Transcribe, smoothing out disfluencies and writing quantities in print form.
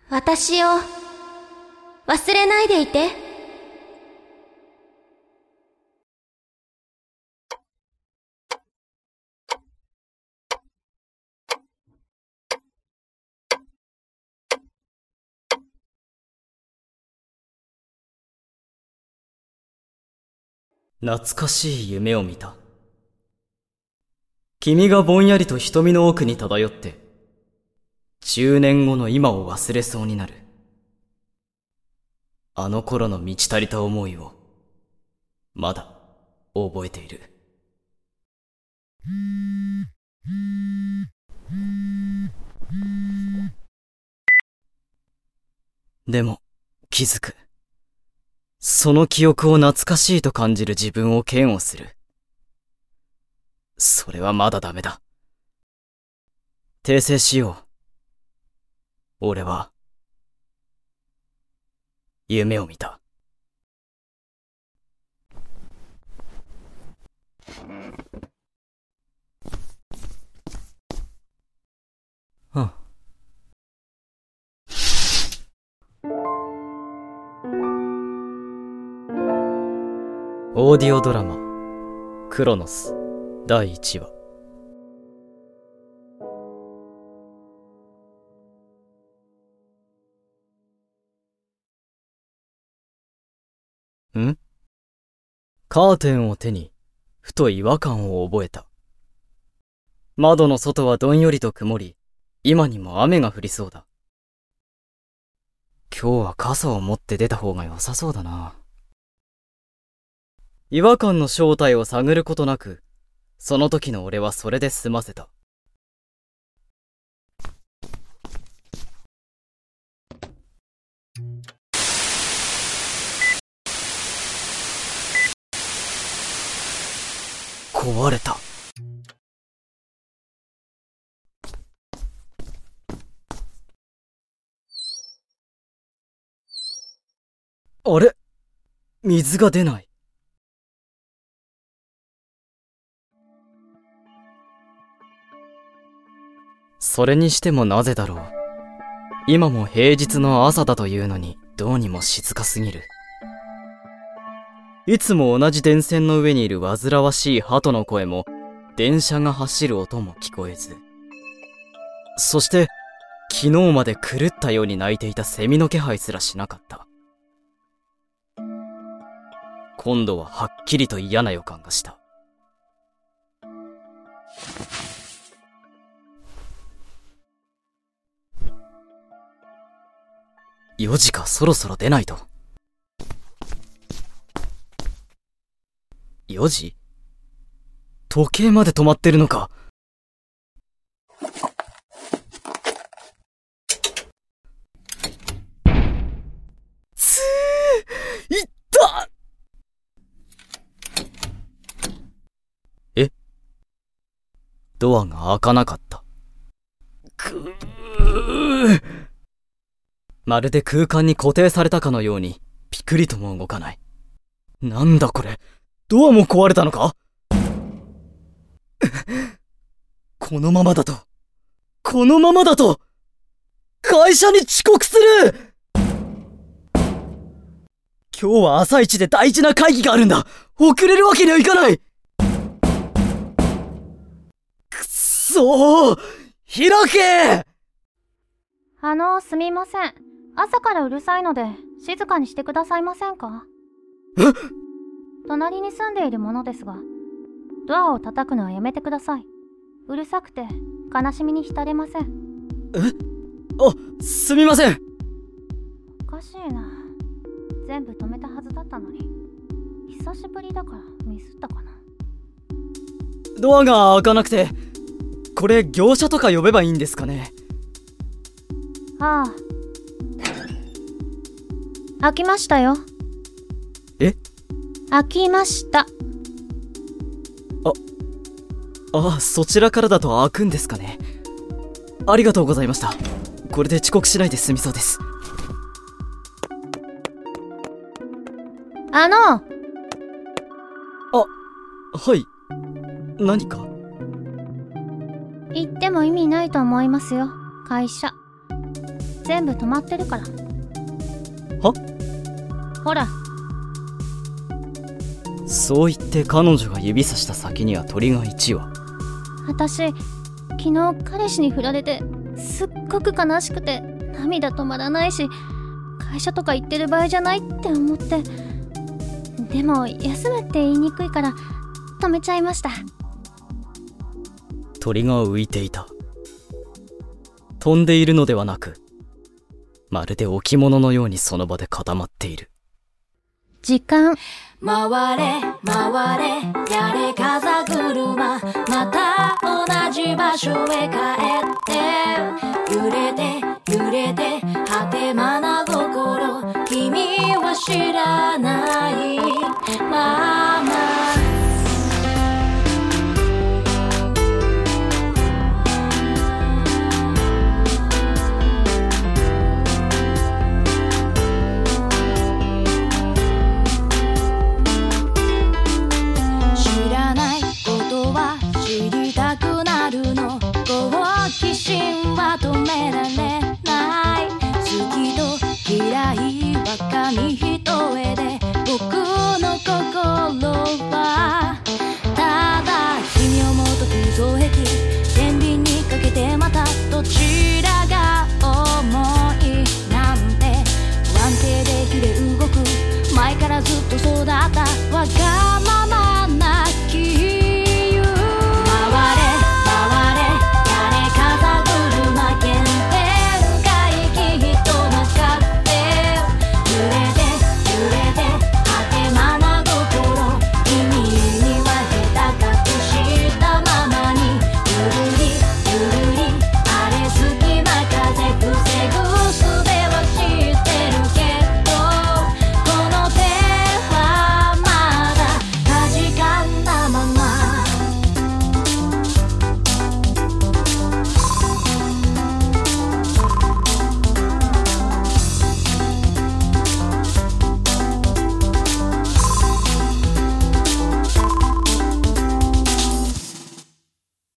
私を忘れないでいて。 懐かしい夢を見た。君がぼんやりと瞳の奥に漂って、10年後の今を忘れそうになる。あの頃の満ち足りた思いを、まだ覚えている。でも、気づく。その記憶を懐かしいと感じる自分を嫌悪する。それはまだダメだ。訂正しよう。俺は、夢を見た。オーディオドラマクロノス第1話。カーテンを手にふと違和感を覚えた。窓の外はどんよりと曇り、今にも雨が降りそうだ。今日は傘を持って出た方が良さそうだな。違和感の正体を探ることなく、その時の俺はそれで済ませた。壊れた。あれ？水が出ない。それにしてもなぜだろう。今も平日の朝だというのにどうにも静かすぎる。いつも同じ電線の上にいる煩わしい鳩の声も、電車が走る音も聞こえず。そして、昨日まで狂ったように鳴いていたセミの気配すらしなかった。今度ははっきりと嫌な予感がした。4時か、そろそろ出ないと。4時？時計まで止まってるのか。いったドアが開かなかった。まるで空間に固定されたかのように、ピクリとも動かない。なんだこれ、ドアも壊れたのか？このままだと、会社に遅刻する！今日は朝一で大事な会議があるんだ！遅れるわけにはいかない！くっそー！開け！ すみません。朝からうるさいので、静かにしてくださいませんか？隣に住んでいるものですが、ドアを叩くのはやめてください。うるさくて、悲しみに浸れません。 すみません。 おかしいな。全部止めたはずだったのに。久しぶりだからミスったかな。 ドアが開かなくて、これ業者とか呼べばいいんですかね？ 開きましたよ。開きました。 そちらからだと開くんですかね。ありがとうございました。これで遅刻しないで済みそうです。はい。何か？ 言っても意味ないと思いますよ、会社。 全部止まってるから。 は？ ほら。 そう言って彼女が指さした先には鳥が1羽。 私、昨日彼氏に振られてすっごく悲しくて涙止まらないし、会社とか行ってる場合じゃないって思って、でも休むって言いにくいから止めちゃいました。 鳥が浮いていた。飛んでいるのではなく、まるで置物のようにその場で固まっている。 時間回れ回れやれ風車、また同じ場所へ帰って、揺れて揺れて果てまな心、君は知らない